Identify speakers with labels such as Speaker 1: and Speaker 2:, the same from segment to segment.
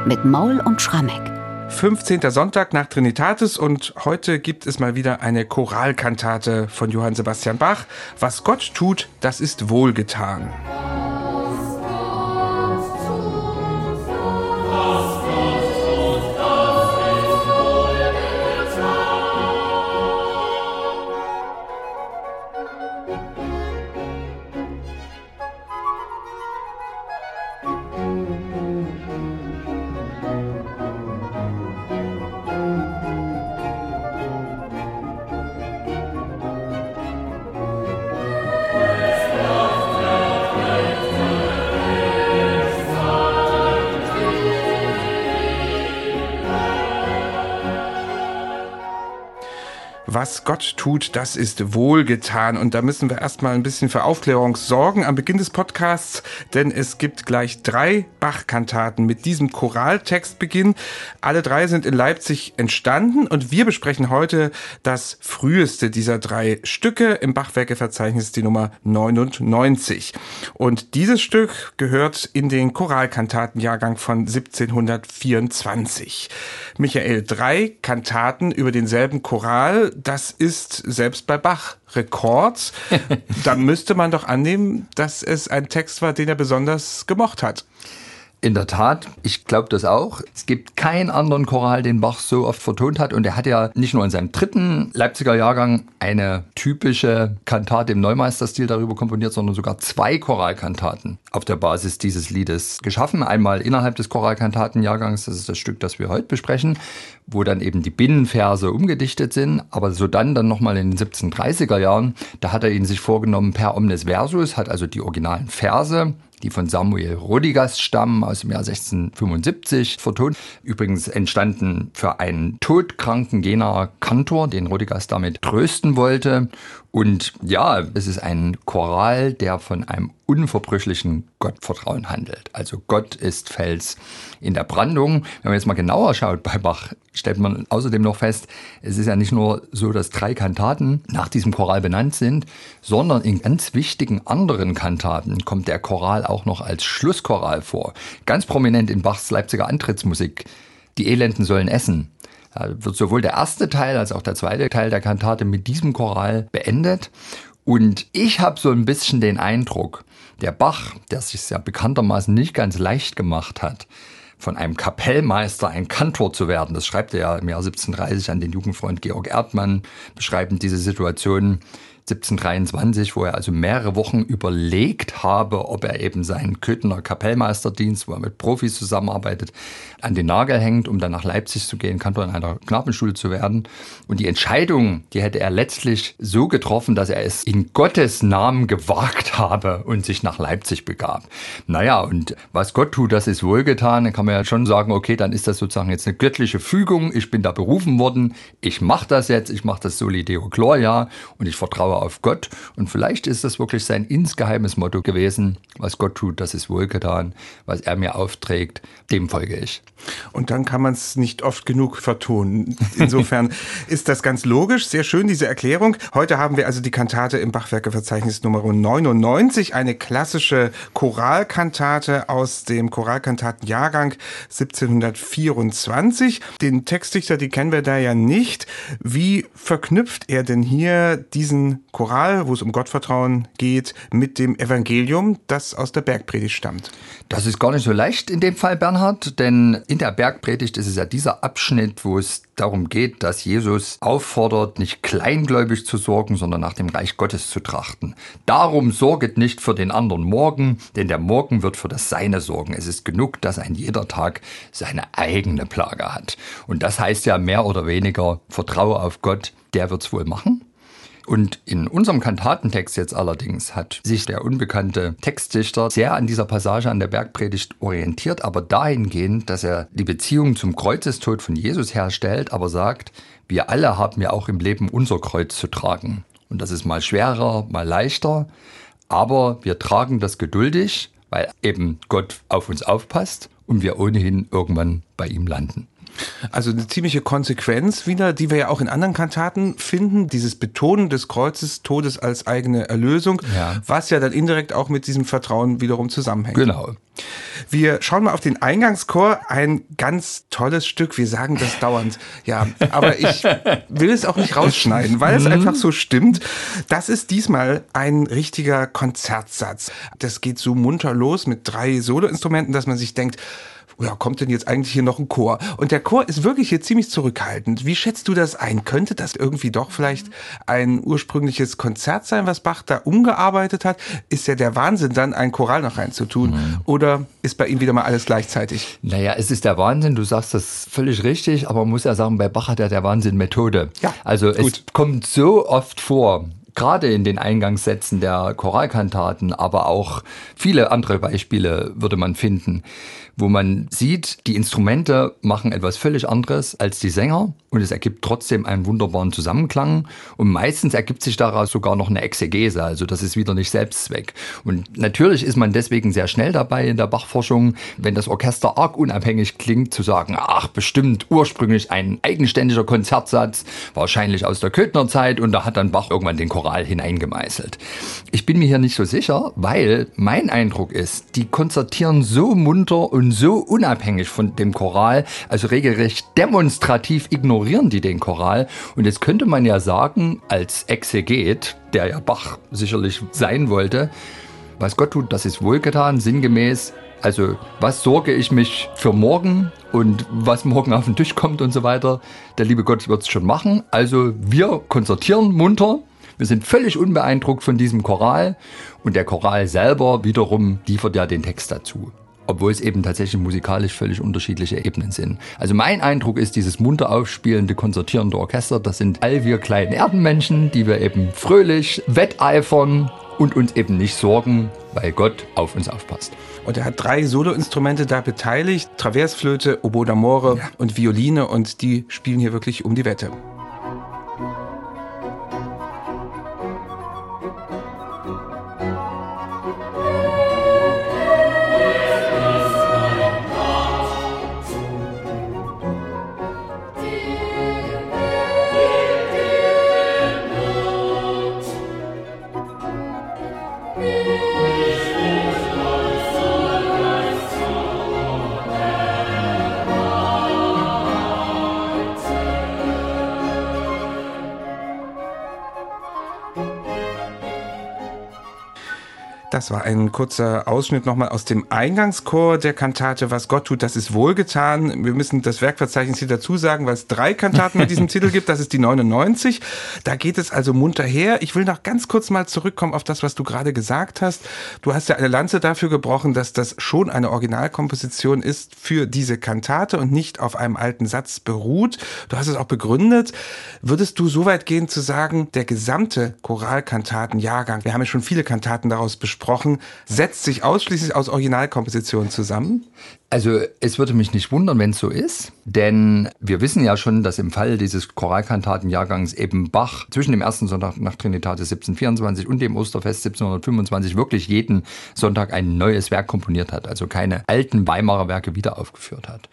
Speaker 1: mit Maul und Schrammeck.
Speaker 2: 15. Sonntag nach Trinitatis und heute gibt es mal wieder eine Choralkantate von Johann Sebastian Bach. Was Gott tut, das ist wohlgetan. Was Gott tut, das ist wohlgetan. Und da müssen wir erstmal ein bisschen für Aufklärung sorgen am Beginn des Podcasts, denn es gibt gleich 3 Bach-Kantaten mit diesem Choraltextbeginn. Alle 3 sind in Leipzig entstanden und wir besprechen heute das früheste dieser 3 Stücke. Im Bachwerkeverzeichnis die Nummer 99. Und dieses Stück gehört in den Choralkantatenjahrgang von 1724. Michael, 3 Kantaten über denselben Choral, das ist selbst bei Bach Rekord. Da müsste man doch annehmen, dass es ein Text war, den er besonders gemocht hat.
Speaker 3: In der Tat, ich glaube das auch. Es gibt keinen anderen Choral, den Bach so oft vertont hat. Und er hat ja nicht nur in seinem 3. Leipziger Jahrgang eine typische Kantate im Neumeisterstil darüber komponiert, sondern sogar 2 Choralkantaten auf der Basis dieses Liedes geschaffen. Einmal innerhalb des Choralkantatenjahrgangs, das ist das Stück, das wir heute besprechen, wo dann eben die Binnenverse umgedichtet sind. Aber so dann nochmal in den 1730er Jahren, da hat er ihn sich vorgenommen per omnes versus, hat also die originalen Verse, die von Samuel Rodigast stammen, aus dem Jahr 1675 vertont. Übrigens entstanden für einen todkranken Jenaer Kantor, den Rodigast damit trösten wollte. Und ja, es ist ein Choral, der von einem unverbrüchlichen Gottvertrauen handelt. Also Gott ist Fels in der Brandung. Wenn man jetzt mal genauer schaut bei Bach, stellt man außerdem noch fest, es ist ja nicht nur so, dass 3 Kantaten nach diesem Choral benannt sind, sondern in ganz wichtigen anderen Kantaten kommt der Choral auch noch als Schlusschoral vor. Ganz prominent in Bachs Leipziger Antrittsmusik. Die Elenden sollen essen. Da wird sowohl der erste Teil als auch der zweite Teil der Kantate mit diesem Choral beendet. Und ich habe so ein bisschen den Eindruck, der Bach, der sich ja bekanntermaßen nicht ganz leicht gemacht hat, von einem Kapellmeister ein Kantor zu werden, das schreibt er ja im Jahr 1730 an den Jugendfreund Georg Erdmann, beschreibend diese Situation 1723, wo er also mehrere Wochen überlegt habe, ob er eben seinen Köthener Kapellmeisterdienst, wo er mit Profis zusammenarbeitet, an den Nagel hängt, um dann nach Leipzig zu gehen, Kantor in einer Knabenschule zu werden. Und die Entscheidung, die hätte er letztlich so getroffen, dass er es in Gottes Namen gewagt habe und sich nach Leipzig begab. Naja, und was Gott tut, das ist wohlgetan. Dann kann man ja schon sagen, okay, dann ist das sozusagen jetzt eine göttliche Fügung. Ich bin da berufen worden. Ich mache das jetzt. Ich mache das Soli Deo Gloria und ich vertraue auf Gott. Und vielleicht ist das wirklich sein insgeheimes Motto gewesen. Was Gott tut, das ist wohlgetan. Was er mir aufträgt, dem folge ich.
Speaker 2: Und dann kann man es nicht oft genug vertonen. Insofern ist das ganz logisch. Sehr schön, diese Erklärung. Heute haben wir also die Kantate im Bachwerkeverzeichnis Nummer 99, eine klassische Choralkantate aus dem Choralkantatenjahrgang 1724. Den Textdichter, die kennen wir da ja nicht. Wie verknüpft er denn hier diesen Choral, wo es um Gottvertrauen geht, mit dem Evangelium, das aus der Bergpredigt stammt?
Speaker 3: Das ist gar nicht so leicht in dem Fall, Bernhard, denn in der Bergpredigt ist es ja dieser Abschnitt, wo es darum geht, dass Jesus auffordert, nicht kleingläubig zu sorgen, sondern nach dem Reich Gottes zu trachten. Darum sorget nicht für den anderen Morgen, denn der Morgen wird für das Seine sorgen. Es ist genug, dass ein jeder Tag seine eigene Plage hat. Und das heißt ja mehr oder weniger, vertraue auf Gott, der wird's wohl machen. Und in unserem Kantatentext jetzt allerdings hat sich der unbekannte Textdichter sehr an dieser Passage an der Bergpredigt orientiert, aber dahingehend, dass er die Beziehung zum Kreuzestod von Jesus herstellt, aber sagt, wir alle haben ja auch im Leben unser Kreuz zu tragen. Und das ist mal schwerer, mal leichter, aber wir tragen das geduldig, weil eben Gott auf uns aufpasst und wir ohnehin irgendwann bei ihm landen.
Speaker 2: Also eine ziemliche Konsequenz wieder, die wir ja auch in anderen Kantaten finden, dieses Betonen des Kreuzes, Todes als eigene Erlösung, was ja dann indirekt auch mit diesem Vertrauen wiederum zusammenhängt.
Speaker 3: Genau.
Speaker 2: Wir schauen mal auf den Eingangschor, ein ganz tolles Stück, wir sagen das dauernd, ja, aber ich will es auch nicht rausschneiden, weil es einfach so stimmt. Das ist diesmal ein richtiger Konzertsatz. Das geht so munter los mit 3 Soloinstrumenten, dass man sich denkt, ja, kommt denn jetzt eigentlich hier noch ein Chor? Und der Chor ist wirklich hier ziemlich zurückhaltend. Wie schätzt du das ein? Könnte das irgendwie doch vielleicht ein ursprüngliches Konzert sein, was Bach da umgearbeitet hat? Ist ja der Wahnsinn, dann ein Choral noch reinzutun? Oder ist bei ihm wieder mal alles gleichzeitig?
Speaker 3: Naja, es ist der Wahnsinn, du sagst das völlig richtig, aber man muss ja sagen, bei Bach hat er der Wahnsinn Methode.
Speaker 2: Ja,
Speaker 3: also
Speaker 2: gut.
Speaker 3: Es kommt so oft vor, gerade in den Eingangssätzen der Choralkantaten, aber auch viele andere Beispiele würde man finden, wo man sieht, die Instrumente machen etwas völlig anderes als die Sänger und es ergibt trotzdem einen wunderbaren Zusammenklang und meistens ergibt sich daraus sogar noch eine Exegese, also das ist wieder nicht Selbstzweck. Und natürlich ist man deswegen sehr schnell dabei in der Bachforschung, wenn das Orchester arg unabhängig klingt, zu sagen, ach, bestimmt ursprünglich ein eigenständiger Konzertsatz, wahrscheinlich aus der Köthner-Zeit und da hat dann Bach irgendwann den Choral hineingemeißelt. Ich bin mir hier nicht so sicher, weil mein Eindruck ist, die konzertieren so munter und so unabhängig von dem Choral, also regelrecht demonstrativ ignorieren die den Choral. Und jetzt könnte man ja sagen, als Exeget, der ja Bach sicherlich sein wollte, was Gott tut, das ist wohlgetan, sinngemäß. Also was sorge ich mich für morgen und was morgen auf den Tisch kommt und so weiter. Der liebe Gott wird es schon machen. Also wir konzertieren munter. Wir sind völlig unbeeindruckt von diesem Choral und der Choral selber wiederum liefert ja den Text dazu. Obwohl es eben tatsächlich musikalisch völlig unterschiedliche Ebenen sind. Also mein Eindruck ist, dieses munter aufspielende, konzertierende Orchester, das sind all wir kleinen Erdenmenschen, die wir eben fröhlich wetteifern und uns eben nicht sorgen, weil Gott auf uns aufpasst.
Speaker 2: Und er hat 3 Soloinstrumente da beteiligt, Traversflöte, Oboe d'amore und Violine und die spielen hier wirklich um die Wette. Das war ein kurzer Ausschnitt nochmal aus dem Eingangschor der Kantate Was Gott tut, das ist wohlgetan. Wir müssen das Werkverzeichnis hier dazu sagen, weil es 3 Kantaten mit diesem Titel gibt. Das ist die 99. Da geht es also munter her. Ich will noch ganz kurz mal zurückkommen auf das, was du gerade gesagt hast. Du hast ja eine Lanze dafür gebrochen, dass das schon eine Originalkomposition ist für diese Kantate und nicht auf einem alten Satz beruht. Du hast es auch begründet. Würdest du so weit gehen zu sagen, der gesamte Choralkantatenjahrgang, wir haben ja schon viele Kantaten daraus besprochen, setzt sich ausschließlich aus Originalkompositionen zusammen?
Speaker 3: Also es würde mich nicht wundern, wenn es so ist, denn wir wissen ja schon, dass im Fall dieses Choralkantatenjahrgangs eben Bach zwischen dem ersten Sonntag nach Trinitatis 1724 und dem Osterfest 1725 wirklich jeden Sonntag ein neues Werk komponiert hat, also keine alten Weimarer Werke wieder aufgeführt hat.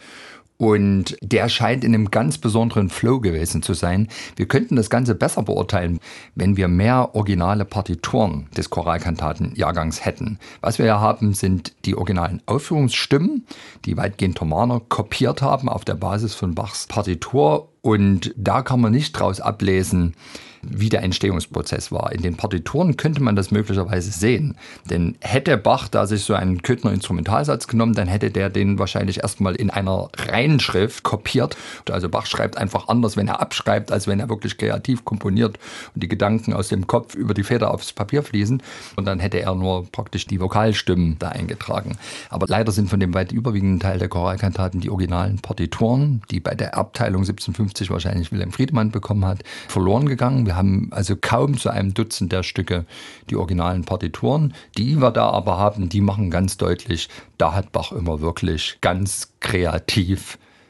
Speaker 3: Und der scheint in einem ganz besonderen Flow gewesen zu sein. Wir könnten das Ganze besser beurteilen, wenn wir mehr originale Partituren des Choralkantatenjahrgangs hätten. Was wir ja haben, sind die originalen Aufführungsstimmen, die weitgehend Thomaner kopiert haben auf der Basis von Bachs Partitur. Und da kann man nicht draus ablesen, wie der Entstehungsprozess war. In den Partituren könnte man das möglicherweise sehen. Denn hätte Bach da sich so einen Köthner Instrumentalsatz genommen, dann hätte der den wahrscheinlich erstmal in einer Reihenschrift kopiert. Also Bach schreibt einfach anders, wenn er abschreibt, als wenn er wirklich kreativ komponiert und die Gedanken aus dem Kopf über die Feder aufs Papier fließen. Und dann hätte er nur praktisch die Vokalstimmen da eingetragen. Aber leider sind von dem weit überwiegenden Teil der Choralkantaten die originalen Partituren, die bei der Abteilung 1750 wahrscheinlich Wilhelm Friedemann bekommen hat, verloren gegangen. Wir haben also kaum zu einem Dutzend der Stücke die originalen Partituren. Die wir da aber haben, die machen ganz deutlich, da hat Bach immer wirklich ganz kreativ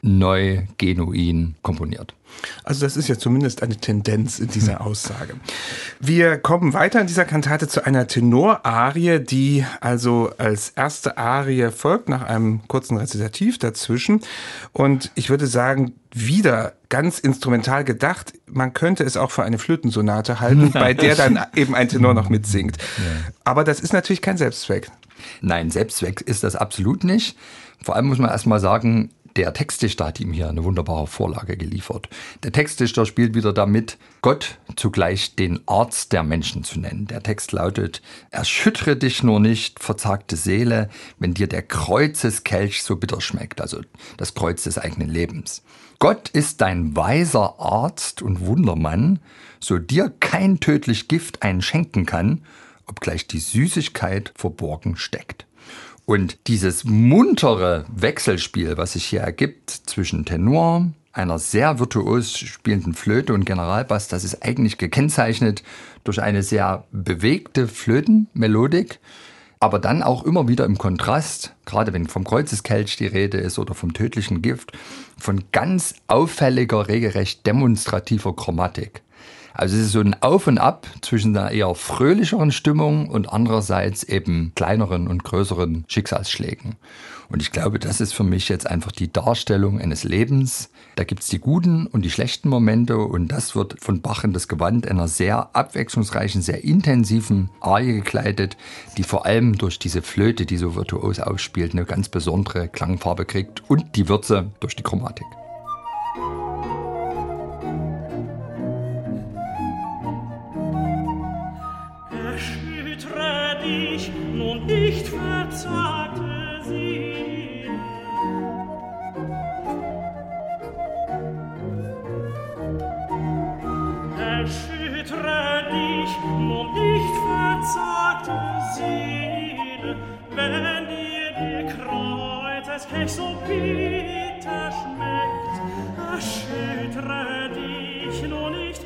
Speaker 3: neu, genuin komponiert.
Speaker 2: Also das ist ja zumindest eine Tendenz in dieser Aussage. Wir kommen weiter in dieser Kantate zu einer Tenorarie, die also als erste Arie folgt, nach einem kurzen Rezitativ dazwischen. Und ich würde sagen, wieder ganz instrumental gedacht. Man könnte es auch für eine Flötensonate halten, bei der dann eben ein Tenor noch mitsingt. Aber das ist natürlich kein Selbstzweck.
Speaker 3: Nein, Selbstzweck ist das absolut nicht. Vor allem muss man erstmal sagen, der Textdichter hat ihm hier eine wunderbare Vorlage geliefert. Der Textdichter spielt wieder damit, Gott zugleich den Arzt der Menschen zu nennen. Der Text lautet: Erschüttere dich nur nicht, verzagte Seele, wenn dir der Kreuzeskelch so bitter schmeckt, also das Kreuz des eigenen Lebens. Gott ist dein weiser Arzt und Wundermann, so dir kein tödlich Gift einschenken kann, obgleich die Süßigkeit verborgen steckt. Und dieses muntere Wechselspiel, was sich hier ergibt zwischen Tenor, einer sehr virtuos spielenden Flöte und Generalbass, das ist eigentlich gekennzeichnet durch eine sehr bewegte Flötenmelodik, aber dann auch immer wieder im Kontrast, gerade wenn vom Kreuzeskelch die Rede ist oder vom tödlichen Gift, von ganz auffälliger, regelrecht demonstrativer Chromatik. Also es ist so ein Auf und Ab zwischen einer eher fröhlicheren Stimmung und andererseits eben kleineren und größeren Schicksalsschlägen. Und ich glaube, das ist für mich jetzt einfach die Darstellung eines Lebens. Da gibt es die guten und die schlechten Momente und das wird von Bach in das Gewand einer sehr abwechslungsreichen, sehr intensiven Arie gekleidet, die vor allem durch diese Flöte, die so virtuos ausspielt, eine ganz besondere Klangfarbe kriegt und die Würze durch die Chromatik.
Speaker 1: Nicht verzagte Seele. Erschüttere dich, nun nicht verzagte Seele, wenn dir der Kreuzeskelch so bitter schmeckt. Erschüttere dich, nun nicht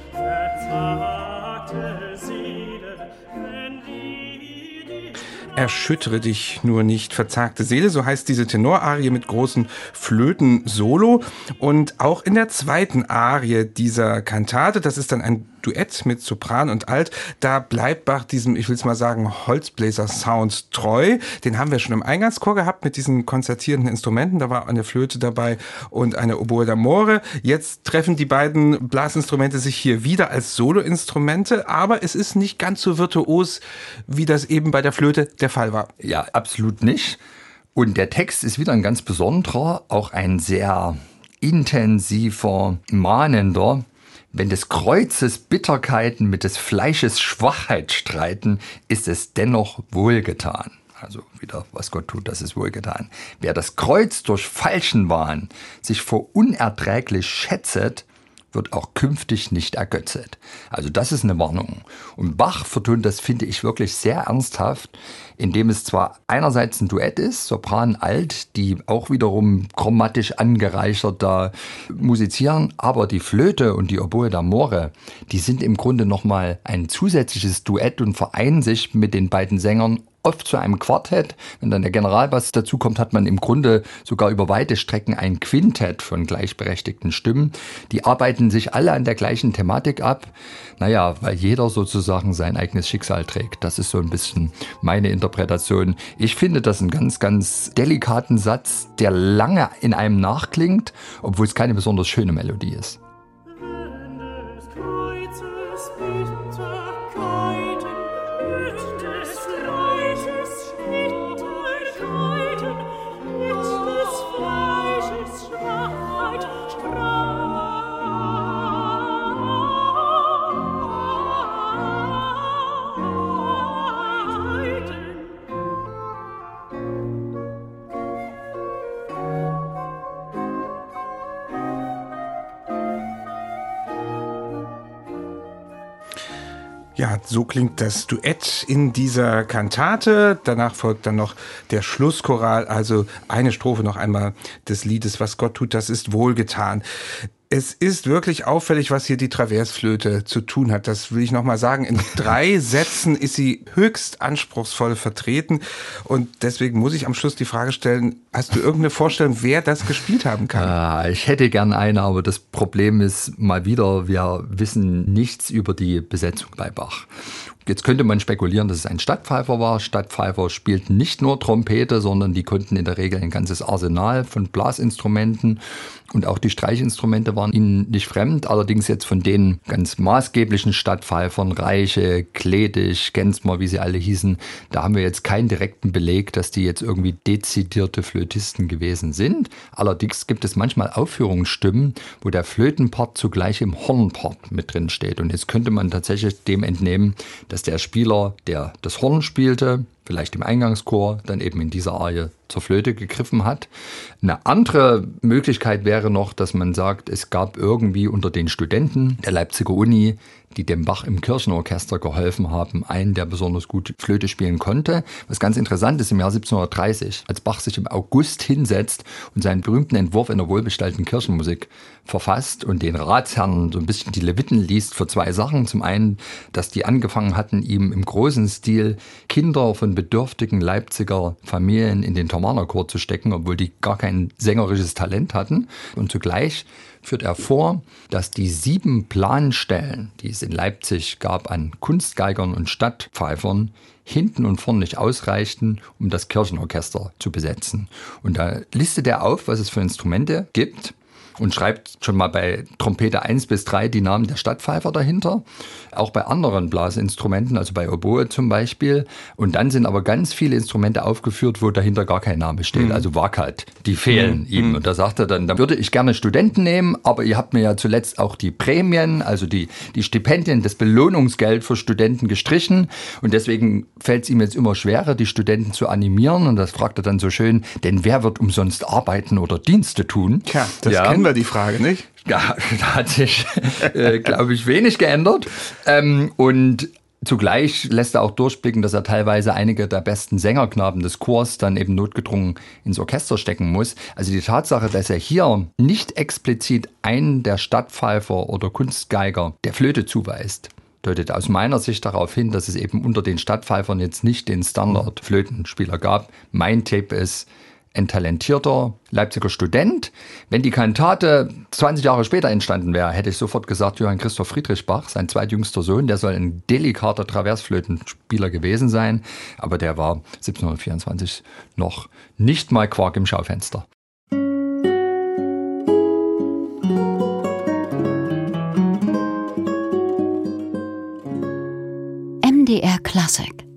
Speaker 1: verzagte Seele, wenn dir
Speaker 2: Erschüttere dich nur nicht, verzagte Seele, so heißt diese Tenorarie mit großen Flöten-Solo. Und auch in der zweiten Arie dieser Kantate, das ist dann ein Duett mit Sopran und Alt, da bleibt Bach diesem, ich will es mal sagen, Holzbläser-Sound treu. Den haben wir schon im Eingangschor gehabt mit diesen konzertierenden Instrumenten. Da war eine Flöte dabei und eine Oboe d'Amore. Jetzt treffen die beiden Blasinstrumente sich hier wieder als Soloinstrumente, aber es ist nicht ganz so virtuos, wie das eben bei der Flöte der Fall war.
Speaker 3: Ja, absolut nicht. Und der Text ist wieder ein ganz besonderer, auch ein sehr intensiver, mahnender. Wenn des Kreuzes Bitterkeiten mit des Fleisches Schwachheit streiten, ist es dennoch wohlgetan. Also wieder, was Gott tut, das ist wohlgetan. Wer das Kreuz durch falschen Wahn sich vor unerträglich schätzet, wird auch künftig nicht ergötzet. Also das ist eine Warnung. Und Bach vertont das, finde ich, wirklich sehr ernsthaft, indem es zwar einerseits ein Duett ist, Sopran, Alt, die auch wiederum chromatisch angereichert da musizieren, aber die Flöte und die Oboe d'Amore, die sind im Grunde nochmal ein zusätzliches Duett und vereinen sich mit den beiden Sängern oft zu einem Quartett. Wenn dann der Generalbass dazukommt, hat man im Grunde sogar über weite Strecken ein Quintett von gleichberechtigten Stimmen. Die arbeiten sich alle an der gleichen Thematik ab. Naja, weil jeder sozusagen sein eigenes Schicksal trägt. Das ist so ein bisschen meine Interpretation. Ich finde das einen ganz, ganz delikaten Satz, der lange in einem nachklingt, obwohl es keine besonders schöne Melodie ist.
Speaker 2: Ja, so klingt das Duett in dieser Kantate. Danach folgt dann noch der Schlusschoral, also eine Strophe noch einmal des Liedes, was Gott tut, das ist wohlgetan. Es ist wirklich auffällig, was hier die Traversflöte zu tun hat. Das will ich nochmal sagen. In 3 Sätzen ist sie höchst anspruchsvoll vertreten. Und deswegen muss ich am Schluss die Frage stellen, hast du irgendeine Vorstellung, wer das gespielt haben kann?
Speaker 3: Ich hätte gern eine, aber das Problem ist mal wieder, wir wissen nichts über die Besetzung bei Bach. Jetzt könnte man spekulieren, dass es ein Stadtpfeifer war. Stadtpfeifer spielten nicht nur Trompete, sondern die konnten in der Regel ein ganzes Arsenal von Blasinstrumenten. Und auch die Streichinstrumente waren ihnen nicht fremd. Allerdings jetzt von den ganz maßgeblichen Stadtpfeifern, Reiche, Kledig, Gensmer, wie sie alle hießen, da haben wir jetzt keinen direkten Beleg, dass die jetzt irgendwie dezidierte Flötisten gewesen sind. Allerdings gibt es manchmal Aufführungsstimmen, wo der Flötenpart zugleich im Hornpart mit drin steht. Und jetzt könnte man tatsächlich dem entnehmen, dass der Spieler, der das Horn spielte, vielleicht im Eingangschor, dann eben in dieser Arie zur Flöte gegriffen hat. Eine andere Möglichkeit wäre noch, dass man sagt, es gab irgendwie unter den Studenten der Leipziger Uni, die dem Bach im Kirchenorchester geholfen haben, einen, der besonders gut Flöte spielen konnte. Was ganz interessant ist, im Jahr 1730, als Bach sich im August hinsetzt und seinen berühmten Entwurf einer wohlbestallten Kirchenmusik verfasst und den Ratsherren so ein bisschen die Leviten liest für 2 Sachen. Zum einen, dass die angefangen hatten, ihm im großen Stil Kinder von bedürftigen Leipziger Familien in den Thomanerchor zu stecken, obwohl die gar kein sängerisches Talent hatten. Und zugleich führt er vor, dass die 7 Planstellen, die es in Leipzig gab an Kunstgeigern und Stadtpfeifern, hinten und vorn nicht ausreichten, um das Kirchenorchester zu besetzen. Und da listet er auf, was es für Instrumente gibt und schreibt schon mal bei Trompete 1 bis 3 die Namen der Stadtpfeifer dahinter. Auch bei anderen Blasinstrumenten, also bei Oboe zum Beispiel. Und dann sind aber ganz viele Instrumente aufgeführt, wo dahinter gar kein Name steht. Also Wackert, die fehlen ihm. Und da sagt er dann würde ich gerne Studenten nehmen, aber ihr habt mir ja zuletzt auch die Prämien, also die Stipendien, das Belohnungsgeld für Studenten gestrichen. Und deswegen fällt es ihm jetzt immer schwerer, die Studenten zu animieren. Und das fragt er dann so schön, denn wer wird umsonst arbeiten oder Dienste tun?
Speaker 2: Tja, das kennen wir die Frage, nicht?
Speaker 3: Ja, da hat sich, glaube ich, wenig geändert. Und zugleich lässt er auch durchblicken, dass er teilweise einige der besten Sängerknaben des Chors dann eben notgedrungen ins Orchester stecken muss. Also die Tatsache, dass er hier nicht explizit einen der Stadtpfeifer oder Kunstgeiger der Flöte zuweist, deutet aus meiner Sicht darauf hin, dass es eben unter den Stadtpfeifern jetzt nicht den Standard-Flötenspieler gab. Mein Tipp ist, ein talentierter Leipziger Student. Wenn die Kantate 20 Jahre später entstanden wäre, hätte ich sofort gesagt, Johann Christoph Friedrich Bach, sein zweitjüngster Sohn, der soll ein delikater Traversflötenspieler gewesen sein. Aber der war 1724 noch nicht mal Quark im Schaufenster.
Speaker 4: MDR Klassik